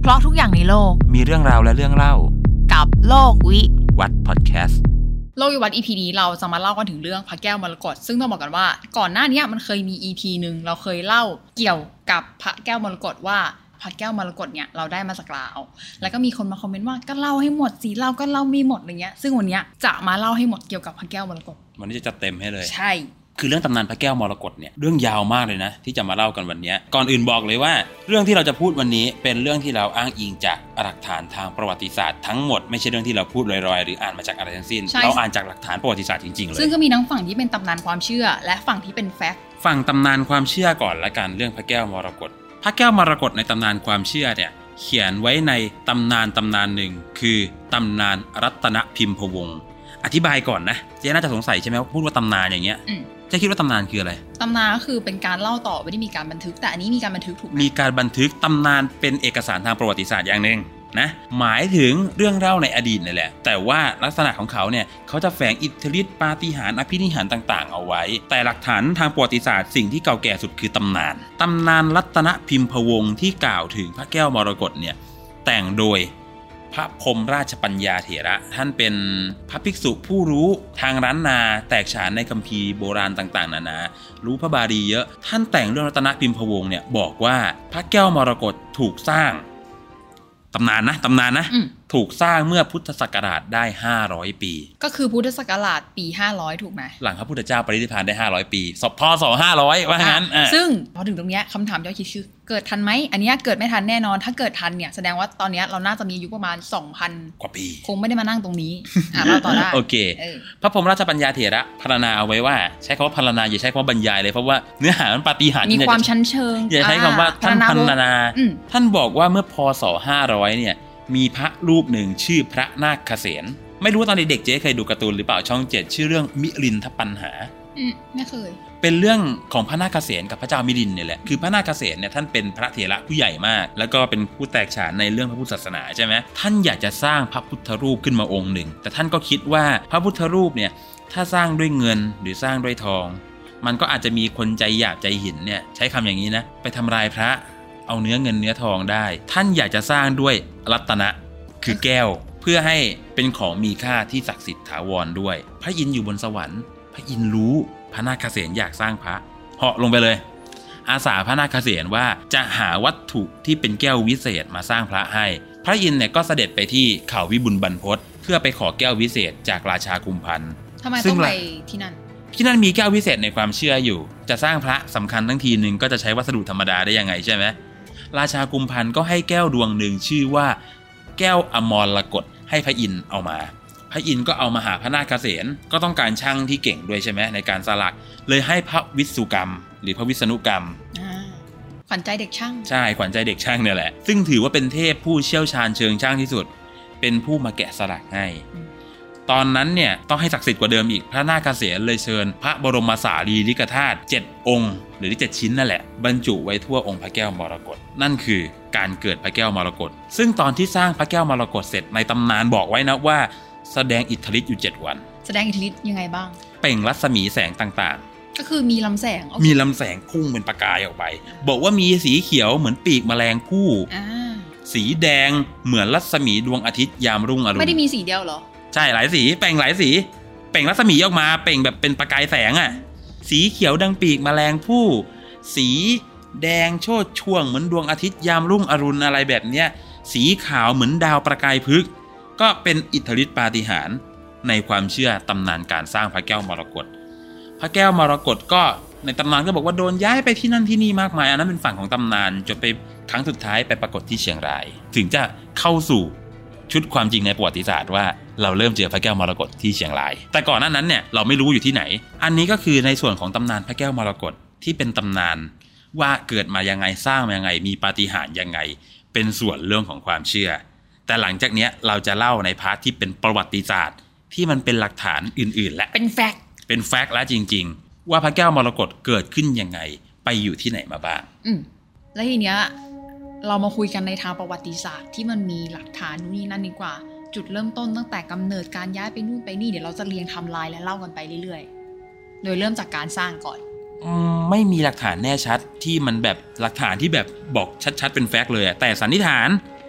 เพราะทุกอย่างในโลกมีเรื่องราวและเรื่องเล่ากับโลกวิวัฒน์พอดแคสต์โลกวิวัฒน์ EP นี้เราจะมาเล่ากันถึงเรื่องพระแก้วมรกตซึ่งต้องบอกกันว่าก่อนหน้านี้มันเคยมี EP นึงเราเคยเล่าเกี่ยวกับพระแก้วมรกตว่าพระแก้วมรกตเนี่ยเราได้มาจากลาวแล้วก็มีคนมาคอมเมนต์ว่าก็เล่าให้หมดสิเราก็เล่าไม่หมดอะไรเงี้ยซึ่งวันนี้จะมาเล่าให้หมดเกี่ยวกับพระแก้วมรกตวันนี้จะจัดเต็มให้เลยใช่คือเรื่องตำนานพระแก้วมรกตเนี่ยเรื่องยาวมากเลยนะที่จะมาเล่ากันวันนี้ก่อนอื่นบอกเลยว่าเรื่องที่เราจะพูดวันนี้เป็นเรื่องที่เราอ้างอิงจากหลักฐานทางประวัติศาสตร์ทั้งหมดไม่ใช่เรื่องที่เราพูดลอยๆหรืออ่านมาจากอะไรทั้งสิ้นเราอ่านจากหลักฐานประวัติศาสตร์จริงๆเลยซึ่งก็มีทั้งฝั่งที่เป็นตำนานความเชื่อและฝั่งที่เป็นแฟกต์ฝั่งตำนานความเชื่อก่อนละกันเรื่องพระแก้วมรกตพระแก้วมรกตในตำนานความเชื่อเนี่ยเขียนไว้ในตำนานหนึ่งคือตำนานรัตนพิมพวงศ์อธิบายก่อนนะเจ๊น่าจะสงสัยใช่ไหมว่าพูดว่าตำนานอย่างเงี้ยจะคิดว่าตำนานคืออะไรตำนานก็คือเป็นการเล่าต่อไม่ได้มีการบันทึกแต่อันนี้มีการบันทึกถูกไหมมีการบันทึกตำนานเป็นเอกสารทางประวัติศาสตร์อย่างหนึ่งนะหมายถึงเรื่องเล่าในอดีตนี่แหละแต่ว่าลักษณะของเขาเนี่ยเขาจะแฝงอิทธิฤทธิปาฏิหาริย์อภินิหารต่างๆเอาไว้แต่หลักฐานทางประวัติศาสตร์สิ่งที่เก่าแก่สุดคือตำนานรัตนพิมพวงศ์ที่กล่าวถึงพระแก้วมรกตเนี่ยแต่งโดยพระพรหมราชปัญญาเถระท่านเป็นพระภิกษุผู้รู้ทางล้านนาแตกฉานในคัมภีร์โบราณต่างๆนานารู้พระบาลีเยอะท่านแต่งเรื่องรัตนพิมพวงศ์เนี่ยบอกว่าพระแก้วมรกตถูกสร้างตำนานนะถูกสร้างเมื่อพุทธศักราชได้500ปีก็คือพุทธศักราชปี500ถูกไหมหลังพระพุทธเจ้าปรินิพพานได้500ปีพศ500ว่างั้นซึ่งพอถึงตรงนี้คำถามยอดฮิตคือเกิดทันไหมอันนี้เกิดไม่ทันแน่นอนถ้าเกิดทันเนี่ยแสดงว่าตอนนี้เราน่าจะมีอายุประมาณ 2,000 กว่าปีคงไม่ได้มานั่งตรงนี้เราต่อได้โอเคพระพรหมราชปัญญาเถระพรรณนาเอาไว้ว่าใช้คำว่าพรรณนาอย่าใช้คำว่าบรรยายเลยเพราะว่าเนื้อหามันปาฏิหาริย์มีความชั้นเชิงอย่าใช้คำว่าท่านพรรณนาท่านบอกว่าเมื่อพศ500เนี่ยมีพระรูปหนึ่งชื่อพระนาคเสนไม่รู้ตอนเด็กๆเจ๊เคยดูการ์ตูนหรือเปล่าช่อง7ชื่อเรื่องมิลินทปัญหาไม่เคยเป็นเรื่องของพระนาคเสนกับพระเจ้ามิลินเนี่ยแหละคือพระนาคเสนเนี่ยท่านเป็นพระเถระผู้ใหญ่มากแล้วก็เป็นผู้แตกฉานในเรื่องพระพุทธศาสนาใช่ไหมท่านอยากจะสร้างพระพุทธรูปขึ้นมาองค์หนึ่งแต่ท่านก็คิดว่าพระพุทธรูปเนี่ยถ้าสร้างด้วยเงินหรือสร้างด้วยทองมันก็อาจจะมีคนใจหยาบใจหินเนี่ยใช้คำอย่างนี้นะไปทำลายพระเอาเนื้อเงินเนื้อทองได้ท่านอยากจะสร้างด้วยรัตนะคือแก้วเพื่อให้เป็นของมีค่าที่ศักดิ์สิทธิ์ถาวรด้วยพระอินทร์อยู่บนสวรรค์พระอินทร์รู้พระนาคเสนอยากสร้างพระเหาะลงไปเลยอาสาพระนาคเสนว่าจะหาวัตถุที่เป็นแก้ววิเศษมาสร้างพระให้พระอินทร์เนี่ยก็เสด็จไปที่เขาวิบูลย์บรรพตเพื่อไปขอแก้ววิเศษจากราชากุมพันธ์ทำไมต้องไปที่นั่นมีแก้ววิเศษในความเชื่ออยู่จะสร้างพระสำคัญทั้งทีนึงก็จะใช้วัสดุธรรมดาได้ยังไงใช่ไหมราชากุมพันธ์ก็ให้แก้วดวงหนึ่งชื่อว่าแก้วอมรกตให้พระอินทร์เอามาพระอินทร์ก็เอามาหาพระนาคเสนก็ต้องการช่างที่เก่งด้วยใช่ไหมในการสลักเลยให้พระวิศุกรรมหรือพระวิษณุกรรมขวัญใจเด็กช่างใช่ขวัญใจเด็กช่างเนี่ยแหละซึ่งถือว่าเป็นเทพผู้เชี่ยวชาญเชิงช่างที่สุดเป็นผู้มาแกะสลักให้ตอนนั้นเนี่ยต้องให้ศักดิ์สิทธิ์กว่าเดิมอีกพระนาคเสนเลยเชิญพระบรมสารีริกธาตุ7องค์หรือ7ชิ้นนั่นแหละบรรจุไว้ทั่วองค์พระแก้วมรกตนั่นคือการเกิดพระแก้วมรกตซึ่งตอนที่สร้างพระแก้วมรกตเสร็จในตำนานบอกไว้นะว่าแสดงอิทธิฤทธิ์อยู่7วันแสดงอิทธิฤทธิ์ยังไงบ้างเปล่งรัศมีแสงต่างๆก็คือมีลำแสงพุ่งเป็นประกายออกไปบอกว่ามีสีเขียวเหมือนปีกแมลงผู้สีแดงเหมือนรัศมีดวงอาทิตย์ยามรุ่งอรุณไม่ได้มีสีเดียวเหรอใช่หลายสีเปล่งหลายสีเปล่งรัศมีออกมาเปล่งแบบเป็นประกายแสงอ่ะสีเขียวดังปีกแมลงผู้สีแดงโชติช่วงเหมือนดวงอาทิตย์ยามรุ่งอรุณอะไรแบบเนี้ยสีขาวเหมือนดาวประกายพฤกษ์ก็เป็นอิทธิฤทธิปาฏิหาริย์ในความเชื่อตำนานการสร้างพระแก้วมรกตพระแก้วมรกตก็ในตำนานก็บอกว่าโดนย้ายไปที่นั่นที่นี่มากมายอันนั้นเป็นฝั่งของตำนานจนไปครั้งสุดท้ายไปปรากฏที่เชียงรายถึงจะเข้าสู่ชุดความจริงในประวัติศาสตร์ว่าเราเริ่มเจอพระแก้วมรกตที่เชียงรายแต่ก่อนหน้านั้นเนี่ยเราไม่รู้อยู่ที่ไหนอันนี้ก็คือในส่วนของตำนานพระแก้วมรกตที่เป็นตำนานว่าเกิดมายังไงสร้างมายังไงมีปาฏิหาริย์ยังไงเป็นส่วนเรื่องของความเชื่อแต่หลังจากนี้เราจะเล่าในพาร์ทที่เป็นประวัติศาสตร์ที่มันเป็นหลักฐานอื่นๆและเป็นแฟกต์และจริงๆว่าพระแก้วมรกตเกิดขึ้นยังไงไปอยู่ที่ไหนมาบ้างแล้วทีเนี้ยเรามาคุยกันในทางประวัติศาสตร์ที่มันมีหลักฐานนู่นนี่นั่นดีกว่าจุดเริ่มต้นตั้งแต่กำเนิดการย้ายไปนู่นไปนี่เดี๋ยวเราจะเรียงไทม์ไลน์และเล่ากันไปเรื่อยๆโดยเริ่มจากการสร้างก่อนไม่มีหลักฐานแน่ชัดที่มันแบบหลักฐานที่แบบบอกชัดๆเป็นแฟกต์เลยแต่สันนิษฐาน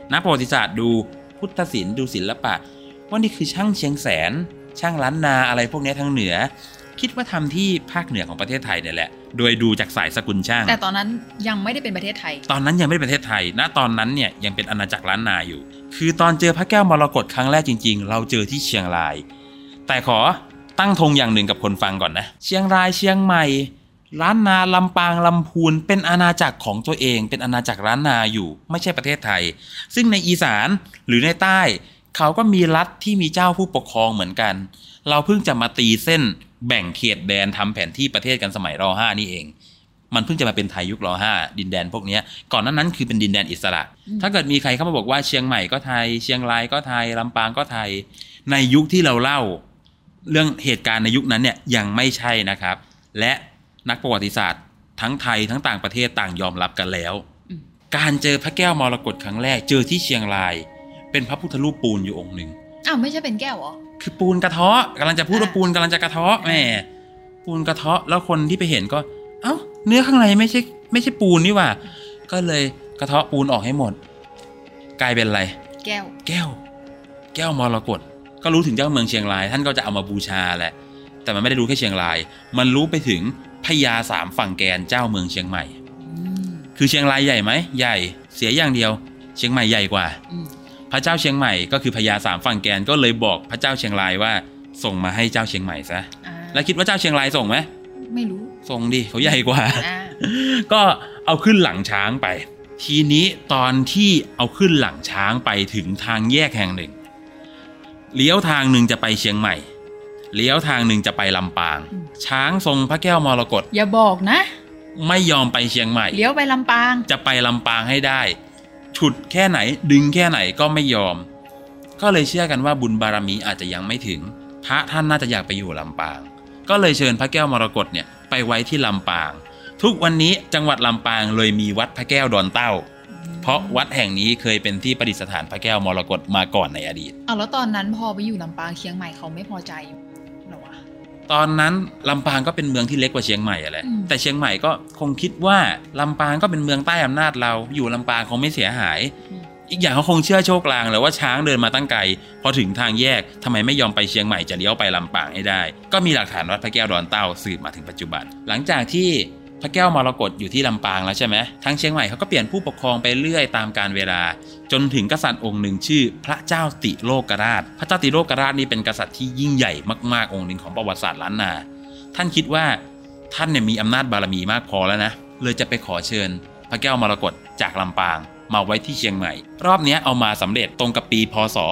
นักประวัติศาสตร์ดูพุทธศิลป์ดูศิลปะว่านี่คือช่างเชียงแสนช่างล้านนาอะไรพวกนี้ทางเหนือคิดว่าทำที่ภาคเหนือของประเทศไทยเนี่ยแหละโดยดูจากสายสกุลช่างแต่ตอนนั้นยังไม่ได้เป็นประเทศไทยตอนนั้นยังไม่ได้ประเทศไทยณตอนนั้นเนี่ยยังเป็นอาณาจักรล้านนาอยู่คือตอนเจอพระแก้วมรกตครั้งแรกจริงๆเราเจอที่เชียงรายแต่ขอตั้งธงอย่างหนึ่งกับคนฟังก่อนนะเชียงรายเชียงใหม่ล้านนาลำปางลำพูนเป็นอาณาจักรของตัวเองเป็นอาณาจักรล้านนาอยู่ไม่ใช่ประเทศไทยซึ่งในอีสานหรือในใต้เขาก็มีรัฐที่มีเจ้าผู้ปกครองเหมือนกันเราเพิ่งจะมาตีเส้นแบ่งเขตแดนทำแผนที่ประเทศกันสมัยร.5 นี่เองมันเพิ่งจะมาเป็นไทยยุคร.5 ดินแดนพวกนี้ก่อนนั้นคือเป็นดินแดนอิสระถ้าเกิดมีใครเข้ามาบอกว่าเชียงใหม่ก็ไทยเชียงรายก็ไทยลำปางก็ไทยในยุคที่เราเล่าเรื่องเหตุการณ์ในยุคนั้นเนี่ยยังไม่ใช่นะครับและนักประวัติศาสตร์ทั้งไทยทั้งต่างประเทศต่างยอมรับกันแล้วการเจอพระแก้วมรกตครั้งแรกเจอที่เชียงรายเป็นพระพุทธรูปปูนอยู่องค์หนึ่งอ้าวไม่ใช่เป็นแก้วเหรอคือปูนกระเทาะกำลังจะพูดว่าปูนกำลังจะกระเทาะแหมปูนกระเทาะแล้วคนที่ไปเห็นก็เอ้าเนื้อข้างในไม่ใช่ปูนนี่หว่าก็เลยกระเทาะปูนออกให้หมดกลายเป็นอะไรแก้วมรกตก็รู้ถึงเจ้าเมืองเชียงรายท่านก็จะเอามาบูชาแหละแต่มันไม่ได้รู้แค่เชียงรายมันรู้ไปถึงพญาสามฝั่งแกนเจ้าเมืองเชียงใหม่คือเชียงรายใหญ่ไหมใหญ่เสียอย่างเดียวเชียงใหม่ใหญ่กว่าพระเจ้าเชียงใหม่ก็คือพญาสามฝั่งแกนก็เลยบอกพระเจ้าเชียงรายว่าส่งมาให้เจ้าเชียงใหม่ซะแล้วคิดว่าเจ้าเชียงรายส่งไหมไม่รู้ส่งดิเขาใหญ่กว่าก็เอาขึ้นหลังช้างไปทีนี้ตอนที่เอาขึ้นหลังช้างไปถึงทางแยกแห่งหนึ่งเลี้ยวทางหนึ่งจะไปเชียงใหม่เลี้ยวทางหนึ่งจะไปลำปางช้างทรงพระแก้วมรกตอย่าบอกนะไม่ยอมไปเชียงใหม่เลี้ยวไปลำปางจะไปลำปางให้ได้ฉุดแค่ไหนดึงแค่ไหนก็ไม่ยอมก็เลยเชื่อกันว่าบุญบารมีอาจจะยังไม่ถึงพระท่านน่าจะอยากไปอยู่ลำปางก็เลยเชิญพระแก้วมรกตเนี่ยไปไว้ที่ลำปางทุกวันนี้จังหวัดลำปางเลยมีวัดพระแก้วดอนเต้าเพราะวัดแห่งนี้เคยเป็นที่ประดิษฐานพระแก้วมรกตมาก่อนในอดีตแล้วตอนนั้นพอไปอยู่ลำปางเชียงใหม่เขาไม่พอใจหรอวะตอนนั้นลำปางก็เป็นเมืองที่เล็กกว่าเชียงใหม่แหละแต่เชียงใหม่ก็คงคิดว่าลำปางก็เป็นเมืองใต้อำนาจเราอยู่ลำปางคงไม่เสียหายอีกอย่างเขาคงเชื่อโชคลางแหละว่าช้างเดินมาตั้งไกลพอถึงทางแยกทำไมไม่ยอมไปเชียงใหม่จะเลี้ยวไปลำปางให้ได้ก็มีหลักฐานวัดพระแก้วดอนเต้าสืบมาถึงปัจจุบันหลังจากที่พระแก้วมรกตอยู่ที่ลำปางแล้วใช่ไหมทางเชียงใหม่เขาก็เปลี่ยนผู้ปกครองไปเรื่อยตามกาลเวลาจนถึงกษัตริย์องค์หนึ่งชื่อพระเจ้าติโลกราชพระเจ้าติโลกราชนี่เป็นกษัตริย์ที่ยิ่งใหญ่มากๆองค์หนึ่งของประวัติศาสตร์ล้านนาท่านคิดว่าท่านเนี่ยมีอำนาจบารมีมากพอแล้วนะเลยจะไปขอเชิญพระแก้วมรกตจากลำปางมาไว้ที่เชียงใหม่รอบนี้เอามาสำเร็จตรงกับปีพ.ศ.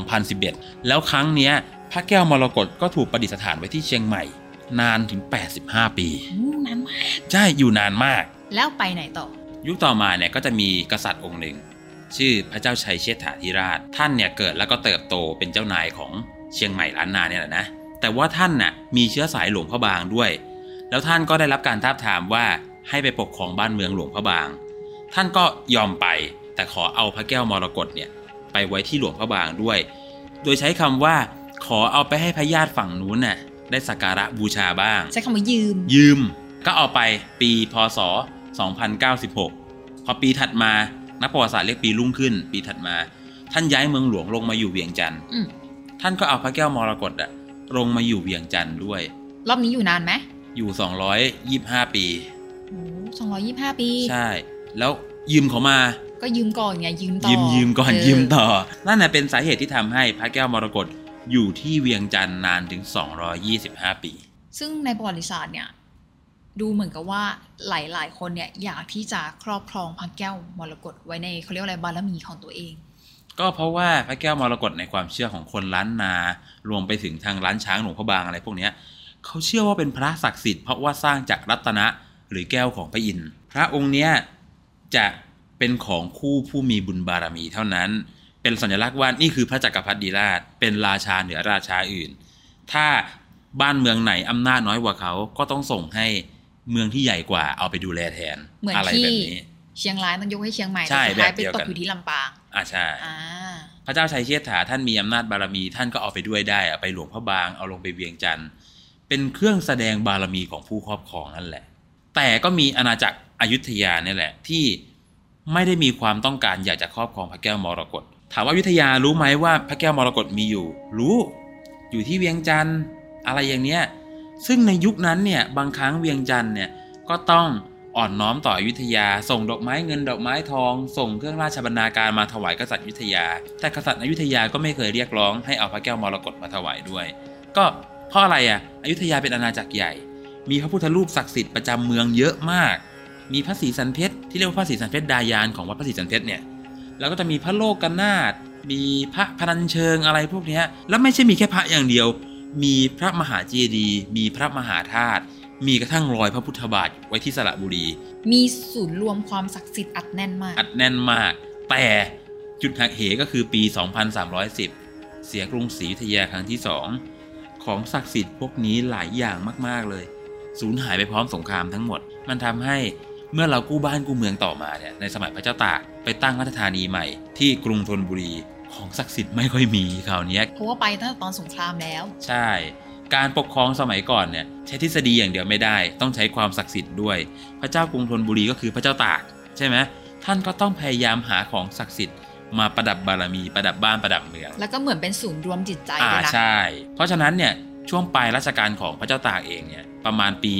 2011แล้วครั้งนี้พระแก้วมรกตก็ถูกประดิษฐานไว้ที่เชียงใหม่นานถึง85ปีนานมากใช่อยู่นานมากแล้วไปไหนต่อยุคต่อมาเนี่ยก็จะมีกษัตริย์องค์หนึ่งชื่อพระเจ้าชัยเชษฐาธิราชท่านเนี่ยเกิดแล้วก็เติบโตเป็นเจ้านายของเชียงใหม่ล้านนาเนี่ยแหละนะแต่ว่าท่านน่ะมีเชื้อสายหลวงพระบางด้วยแล้วท่านก็ได้รับการทาบทามว่าให้ไปปกครองบ้านเมืองหลวงพระบางท่านก็ยอมไปแต่ขอเอาพระแก้วมรกตเนี่ยไปไว้ที่หลวงพระบางด้วยโดยใช้คำว่าขอเอาไปให้พญาติฝั่งนู้นน่ะได้สักการะบูชาบ้างใช้คำว่ายืมก็เอาไปปีพ.ศ. 2096พอปีถัดมานักประวัติศาสตร์เรียกปีรุ่งขึ้นปีถัดมาท่านย้ายเมืองหลวงลงมาอยู่เวียงจันทร์ท่านก็เอาพระแก้วมรกตลงมาอยู่เวียงจันทร์ด้วยรอบนี้อยู่นานไหมอยู่225ปีโอ้225ปีใช่แล้วยืมเขามาก็ยืมก่อนไงยืมต่อยืมก่อนยืมต่อนั่นน่ะเป็นสาเหตุที่ทำให้พระแก้วมรกตอยู่ที่เวียงจันทร์นานถึง225ปีซึ่งในประวัติศาสตร์เนี่ยดูเหมือนกับว่าหลายๆคนเนี่ยอยากที่จะครอบครองพระแก้วมรกตไว้ในเขาเรียกอะไรบารมีของตัวเองก็เพราะว่าพระแก้วมรกตในความเชื่อของคนล้านนารวมไปถึงทางล้านช้างหลวงพระบางอะไรพวกนี้เขาเชื่อว่าเป็นพระศักดิ์สิทธิ์เพราะว่าสร้างจากรัตนะหรือแก้วของพระอินทร์พระองค์เนี้ยจะเป็นของคู่ผู้มีบุญบารมีเท่านั้นเป็นสัญลักษณ์ว่านี่คือพระจักรพรรดิราชเป็นราชาเหนือราชาอื่นถ้าบ้านเมืองไหนอำนาจน้อยกว่าเขาก็ต้องส่งให้เมืองที่ใหญ่กว่าเอาไปดูแลแทนอะไรแบบนี้เชียงรายต้องยกให้เชียงใหม่ใช่แบบเดียวกันไปตกอยู่ที่ลำปางใช่พระเจ้าชัยเชษฐาท่านมีอำนาจบารมีท่านก็เอาไปด้วยได้เอาไปหลวงพระบางเอาลงไปเวียงจันทร์เป็นเครื่องแสดงบารมีของผู้ครอบครองนั่นแหละแต่ก็มีอาณาจักรอยุธยาเนี่ยแหละที่ไม่ได้มีความต้องการอยากจะครอบครองพระแก้วมรกตถามว่าอยุธยารู้ไหมว่าพระแก้วมรกตมีอยู่รู้อยู่ที่เวียงจันทร์อะไรอย่างเนี้ยซึ่งในยุคนั้นเนี่ยบางครั้งเวียงจันทร์เนี่ยก็ต้องอ่อนน้อมต่ออยุธยาส่งดอกไม้เงินดอกไม้ทองส่งเครื่องราชบรรณาการมาถวายกษัตริย์อยุธยาแต่กษัตริย์อยุธยาก็ไม่เคยเรียกร้องให้เอาพระแก้วมรกตมาถวายด้วยก็เพราะอะไรอยุธยาเป็นอาณาจักรใหญ่มีพระพุทธรูปศักดิ์สิทธิ์ประจำเมืองเยอะมากมีพระศรีสันเพชรที่เรียกว่าพระศรีสันเพชรดายานของวัดพระศรีสันเพชรเนี่ยแล้วก็จะมีพระโลกนาถมีพระพนัญเชิงอะไรพวกนี้แล้วไม่ใช่มีแค่พระอย่างเดียวมีพระมหาเจดีย์มีพระมหาธาตุมีกระทั่งรอยพระพุทธบาทไว้ที่สระบุรีมีศูนย์รวมความศักดิ์สิทธิ์อัดแน่นมากแต่จุดหักเหก็คือปี 2310 เสียกรุงศรีอยุธยาครั้งที่2ของศักดิ์สิทธิ์พวกนี้หลายอย่างมากๆเลยสูญหายไปพร้อมสงครามทั้งหมดมันทำให้เมื่อเรากู้บ้านกู้เมืองต่อมาเนี่ยในสมัยพระเจ้าตากไปตั้งราชธานีใหม่ที่กรุงธนบุรีของศักดิ์สิทธิ์ไม่ค่อยมีคราวนี้เพราะว่าไปตั้งแต่ตอนสงครามแล้วใช่การปกครองสมัยก่อนเนี่ยใช้ทฤษฎีอย่างเดียวไม่ได้ต้องใช้ความศักดิ์สิทธิ์ด้วยพระเจ้ากรุงธนบุรีก็คือพระเจ้าตากใช่ไหมท่านก็ต้องพยายามหาของศักดิ์สิทธิ์มาประดับบารมีประดับบ้านประดับเมืองแล้วก็เหมือนเป็นศูนย์รวมจิตใจเลยนะใช่เพราะฉะนั้นเนี่ยช่วงปลายรัชกาลของพระเจ้าตากเองเนี่ยประมาณปี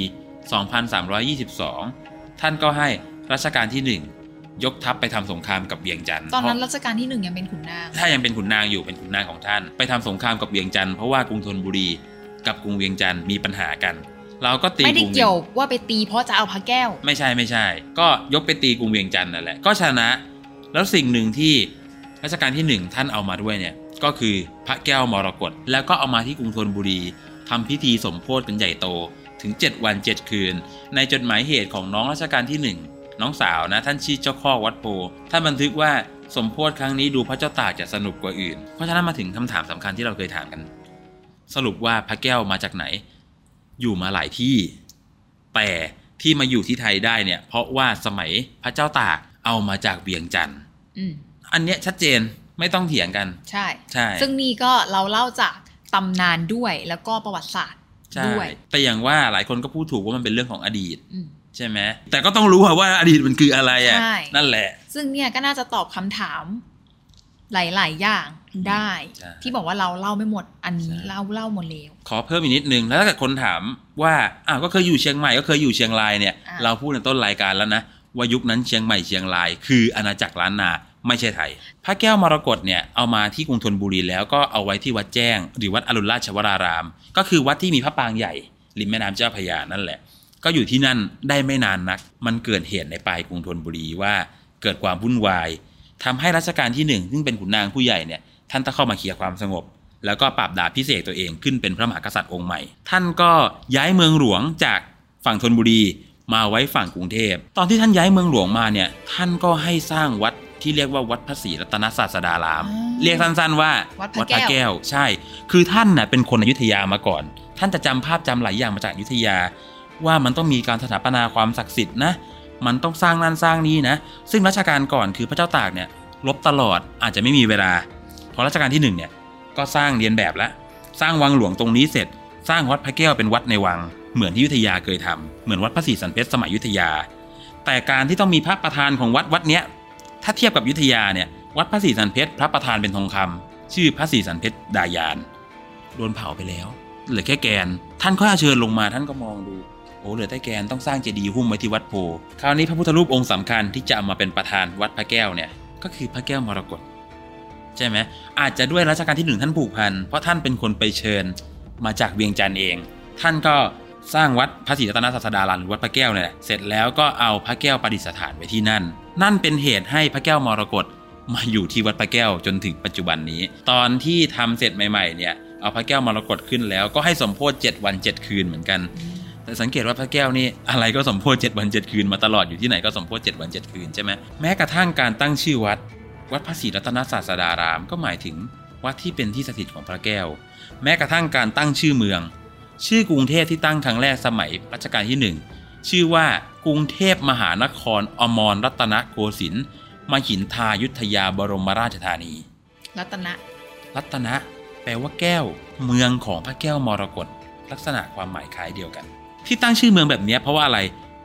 2322 ท่านก็ให้รัชกาลที่1ยกทัพไปทำสงครามกับเวียงจันทร์ตอนนั้นรัชกาลที่1ยังเป็นขุนนางถ้ายังเป็นขุนนางอยู่เป็นขุนนางของท่านไปทำสงครามกับเวียงจันทร์เพราะว่ากรุงธนบุรีกับกรุงเวียงจันทร์มีปัญหากันเราก็ตีไม่ได้เกี่ยวว่าไปตีเพราะจะเอาพระแก้วไม่ใช่ก็ยกไปตีกรุงเวียงจันทร์นั่นแหละก็ชนะแล้วสิ่งหนึ่งที่รัชกาลที่1ท่านเอามาด้วยเนี่ยก็คือพระแก้วมรกตแล้วก็เอามาที่กรุงธนบุรีทำพิธีสมโภชกันใหญ่โตถึง7 วัน 7 คืนในจดหมายเหตุของน้องรัชกาลที่1น้องสาวนะท่านชื่อเจ้าข้อวัดโพท่านบันทึกว่าสมโภชครั้งนี้ดูพระเจ้าตากจะสนุกกว่าอื่นเพราะฉะนั้นมาถึงคำถามสำคัญที่เราเคยถามกันสรุปว่าพระแก้วมาจากไหนอยู่มาหลายที่แต่ที่มาอยู่ที่ไทยได้เนี่ยเพราะว่าสมัยพระเจ้าตากเอามาจากเวียงจันทร์อันเนี้ยชัดเจนไม่ต้องเถียงกันใช่ซึ่งนี่ก็เราเล่าจากตำนานด้วยแล้วก็ประวัติศาสตร์ด้วยแต่อย่างว่าหลายคนก็พูดถูกว่ามันเป็นเรื่องของอดีตใช่ไหมแต่ก็ต้องรู้ว่าอดีตมันคืออะไรนั่นแหละซึ่งเนี่ยก็น่าจะตอบคำถามหลายๆอย่างได้ที่บอกว่าเราเล่าไม่หมดอันนี้เล่าหมดแล้วขอเพิ่มอีกนิดนึงแล้วถ้าเกิดคนถามว่าก็เคยอยู่เชียงใหม่ก็เคยอยู่เชียงรายเนี่ยเราพูดในต้นรายการแล้วนะว่ายุคนั้นเชียงใหม่เชียงรายคืออาณาจักรล้านนาไม่ใช่ไทยพระแก้วมรกตเนี่ยเอามาที่กรุงธนบุรีแล้วก็เอาไว้ที่วัดแจ้งหรือวัดอรุณราชวรารามก็คือวัดที่มีพระปางใหญ่ริมแม่น้ำเจ้าพระยานั่นแหละก็อยู่ที่นั่นได้ไม่นานนักมันเกิดเหตุในปลายกรุงธนบุรีว่าเกิดความวุ่นวายทำให้รัชกาลที่1ซึ่งเป็นขุนนางผู้ใหญ่เนี่ยท่านต้องเข้ามาเคลียร์ความสงบแล้วก็ปราบดาบพิเศษตัวเองขึ้นเป็นพระมหากษัตริย์องค์ใหม่ท่านก็ย้ายเมืองหลวงจากฝั่งธนบุรีมาไว้ฝั่งกรุงเทพตอนที่ท่านย้ายเมืองหลวงมาเนี่ยท่านก็ให้สร้างวัดที่เรียกว่าวัดพระศรีรัตนศาสดารามเรียกสั้นๆว่าวัดพระแก้วใช่คือท่านน่ะเป็นคนอยุธยามาก่อนท่านจะจำภาพจำหลายอย่างมาจากอยุธยาว่ามันต้องมีการสถาปนาความศักดิ์สิทธิ์นะมันต้องสร้างนั่นสร้างนี้นะซึ่งรัชกาลก่อนคือพระเจ้าตากเนี่ยรบตลอดอาจจะไม่มีเวลาพอรัชกาลที่1เนี่ยก็สร้างเรียนแบบแล้วสร้างวังหลวงตรงนี้เสร็จสร้างวัดพระแก้วเป็นวัดในวังเหมือนที่อยุธยาเคยทำเหมือนวัดพระศรีสันเพชรสมัยอยุธยาแต่การที่ต้องมีพระประธานของวัดเนี้ยถ้าเทียบกับอยุธยาเนี่ยวัดพระศรีสันเพชรพระประธานเป็นทองคำชื่อพระศรีสันเพชรดายานโดนเผาไปแล้วเหลือแค่แกนท่านก็เชิญลงมาท่านก็มองดูเหลือแต่แกนต้องสร้างเจดีย์หุ้มไว้ที่วัดโพคราวนี้พระพุทธรูปองค์สำคัญที่จะเอามาเป็นประธานวัดพระแก้วเนี่ยก็คือพระแก้วมรกตใช่ไหมอาจจะด้วยรัชกาลที่1ท่านผูกพันเพราะท่านเป็นคนไปเชิญมาจากเวียงจันทร์เองท่านก็สร้างวัดพระศรีรัตนศาสดารามหรือวัดพระแก้วเนี่ยเสร็จแล้วก็เอาพระแก้วประดิษฐานไว้ที่นั่นเป็นเหตุให้พระแก้วมรกตมาอยู่ที่วัดพระแก้วจนถึงปัจจุบันนี้ตอนที่ทำเสร็จใหม่ๆเนี่ยเอาพระแก้วมรกตขึ้นแล้วก็ให้สมโภช7 วัน 7 คืนเหมือนกันแต่สังเกตว่าพระแก้วนี่อะไรก็สมโภช7 วัน 7 คืนมาตลอดอยู่ที่ไหนก็สมโภช7 วัน 7 คืนใช่ไหมแม้กระทั่งการตั้งชื่อวัดพระศรีรัตนศาสดารามก็หมายถึงวัดที่เป็นที่สถิตของพระแก้วแม้กระทั่งการตั้งชื่อเมืองชื่อกรุงเทพที่ตั้งครั้งแรกสมัยรัชกาลที่1ชื่อว่ากรุงเทพมหานครอมรรัตนโกสินทร์มหินทายุทธยาบรมราชธานีรัตนะแปลว่าแก้วเมืองของพระแก้วมรกตลักษณะความหมายคล้ายเดียวกันที่ตั้งชื่อเมืองแบบนี้เพราะว่าอะไรเพ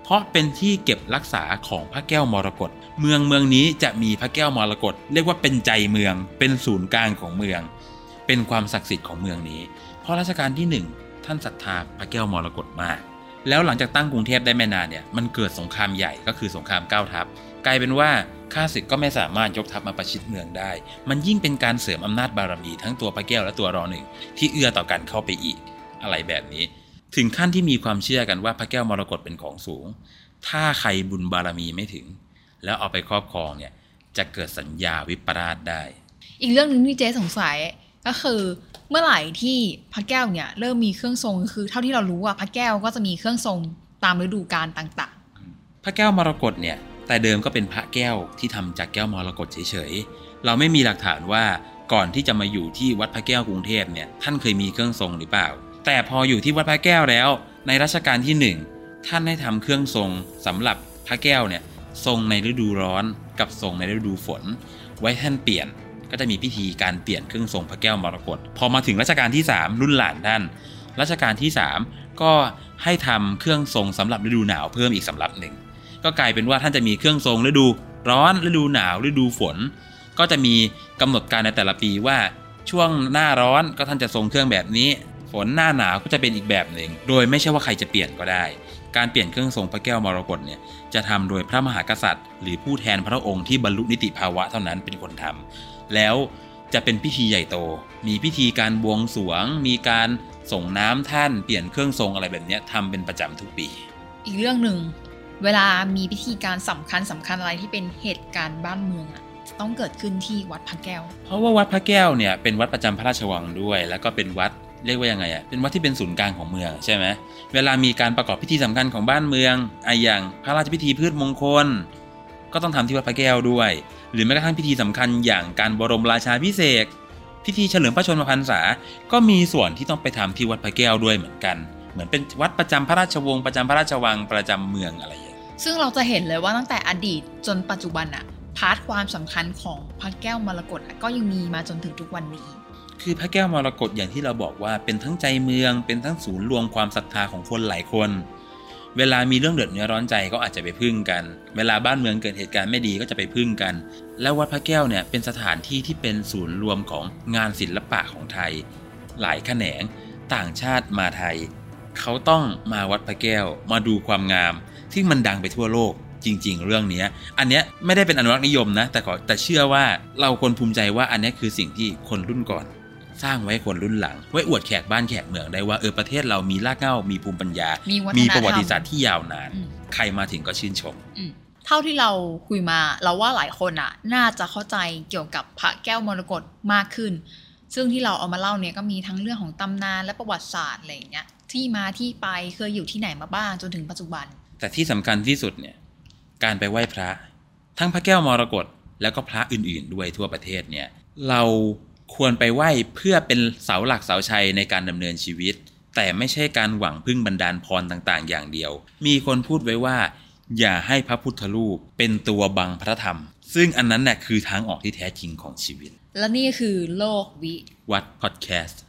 เพราะเป็นที่เก็บรักษาของพระแก้วมรกตเมืองนี้จะมีพระแก้วมรกตเรียกว่าเป็นใจเมืองเป็นศูนย์กลางของเมืองเป็นความศักดิ์สิทธิ์ของเมืองนี้เพราะรัชกาลที่1ท่านศรัทธาพระแก้วมรกตมากแล้วหลังจากตั้งกรุงเทพได้ไม่นานเนี่ยมันเกิดสงครามใหญ่ก็คือสงคราม9ทัพกลายเป็นว่าข้าศึกก็ไม่สามารถยกทัพมาประชิดเมืองได้มันยิ่งเป็นการเสริมอำนาจบารมีทั้งตัวพระแก้วและตัวร.1ที่เอื้อต่อกันเข้าไปอีกอะไรแบบนี้ถึงขั้นที่มีความเชื่อกันว่าพระแก้วมรกตเป็นของสูงถ้าใครบุญบารมีไม่ถึงแล้วเอาไปครอบครองเนี่ยจะเกิดสัญญาวิปราชได้อีกเรื่องนึงที่เจ๊สงสัยก็คือเมื่อไหร่ที่พระแก้วเนี่ยเริ่มมีเครื่องทรงคือเท่าที่เรารู้ว่าพระแก้วก็จะมีเครื่องทรงตามฤดูกาลต่างๆพระแก้วมรกตเนี่ยแต่เดิมก็เป็นพระแก้วที่ทำจากแก้วมรกตเฉยๆเราไม่มีหลักฐานว่าก่อนที่จะมาอยู่ที่วัดพระแก้วกรุงเทพเนี่ยท่านเคยมีเครื่องทรงหรือเปล่าแต่พออยู่ที่วัดพระแก้วแล้วในรัชกาลที่1ท่านให้ทำเครื่องทรงสำหรับพระแก้วเนี่ยทรงในฤดูร้อนกับทรงในฤดูฝนไว้ท่านเปลี่ยนก็จะมีพิธีการเปลี่ยนเครื่องทรงพระแก้วมรกตพอมาถึงรัชกาลที่3รุ่นหลานท่านรัชกาลที่3ก็ให้ทำเครื่องทรงสำหรับฤดูหนาวเพิ่มอีกสำรับหนึ่งก็กลายเป็นว่าท่านจะมีเครื่องทรงฤดูร้อนฤดูหนาวฤดูฝนก็จะมีกำหนดการในแต่ละปีว่าช่วงหน้าร้อนก็ท่านจะทรงเครื่องแบบนี้ฝนหน้าหนาวก็จะเป็นอีกแบบหนึ่งโดยไม่ใช่ว่าใครจะเปลี่ยนก็ได้การเปลี่ยนเครื่องทรงพระแก้วมรกตเนี่ยจะทำโดยพระมหากษัตริย์หรือผู้แทนพระองค์ที่บรรลุนิติภาวะเท่านั้นเป็นคนทำแล้วจะเป็นพิธีใหญ่โตมีพิธีการบวงสรวงมีการส่งน้ำท่านเปลี่ยนเครื่องทรงอะไรแบบนี้ทำเป็นประจำทุกปีอีกเรื่องหนึ่งเวลามีพิธีการสำคัญอะไรที่เป็นเหตุการณ์บ้านเมืองจะต้องเกิดขึ้นที่วัดพระแก้วเพราะว่าวัดพระแก้วเนี่ยเป็นวัดประจำพระราชวังด้วยแล้วก็เป็นวัดเรียกว่ายังไงเป็นวัดที่เป็นศูนย์กลางของเมืองใช่ไหมเวลามีการประกอบพิธีสำคัญของบ้านเมืองอย่างพระราชพิธีพืชมงคลก็ต้องทำที่วัดพระแก้วด้วยหรือแม้กระทั่งพิธีสำคัญอย่างการบรมราชาภิเษกพิธีเฉลิมพระชนมพรรษาก็มีส่วนที่ต้องไปทำที่วัดพระแก้วด้วยเหมือนกันเหมือนเป็นวัดประจำพระราชวงศ์ประจำพระราชวังประจำเมืองอะไรอย่างนี้ซึ่งเราจะเห็นเลยว่าตั้งแต่อดีตจนปัจจุบันพาร์ทความสำคัญของพระแก้วมรกตก็ยังมีมาจนถึงทุกวันนี้คือพระแก้วมรกตอย่างที่เราบอกว่าเป็นทั้งใจเมืองเป็นทั้งศูนย์รวมความศรัทธาของคนหลายคนเวลามีเรื่องเดือดเนื้อร้อนใจก็อาจจะไปพึ่งกันเวลาบ้านเมืองเกิดเหตุการณ์ไม่ดีก็จะไปพึ่งกันแล้ววัดพระแก้วเนี่ยเป็นสถานที่ที่เป็นศูนย์รวมของงานศิลปะของไทยหลายแขนงต่างชาติมาไทยเขาต้องมาวัดพระแก้วมาดูความงามที่มันดังไปทั่วโลกจริงๆเรื่องนี้อันเนี้ยไม่ได้เป็นอนุรักษ์นิยมนะแต่เชื่อว่าเราควรภูมิใจว่าอันนี้คือสิ่งที่คนรุ่นก่อนสร้างไว้คนรุ่นหลังไว้อวดแขกบ้านแขกเมืองได้ว่าประเทศเรามีรากเหง้ามีภูมิปัญญามีประวัติศาสตร์ที่ยาวนานใครมาถึงก็ชื่นชมเท่าที่เราคุยมาเราว่าหลายคนน่าจะเข้าใจเกี่ยวกับพระแก้วมรกตมากขึ้นซึ่งที่เราเอามาเล่าเนี่ยก็มีทั้งเรื่องของตำนานและประวัติศาสตร์อะไรอย่างเงี้ยที่มาที่ไปเคยอยู่ที่ไหนมาบ้างจนถึงปัจจุบันแต่ที่สำคัญที่สุดเนี่ยการไปไหว้พระทั้งพระแก้วมรกตแล้วก็พระอื่นๆด้วยทั่วประเทศเนี่ยเราควรไปไหว้เพื่อเป็นเสาหลักเสาชัยในการดำเนินชีวิตแต่ไม่ใช่การหวังพึ่งบันดาลพรต่างๆอย่างเดียวมีคนพูดไว้ว่าอย่าให้พระพุทธรูปเป็นตัวบังพระธรรมซึ่งอันนั้นแหละคือทางออกที่แท้จริงของชีวิตและนี่คือโลกวิวัฒน์พอดแคสต์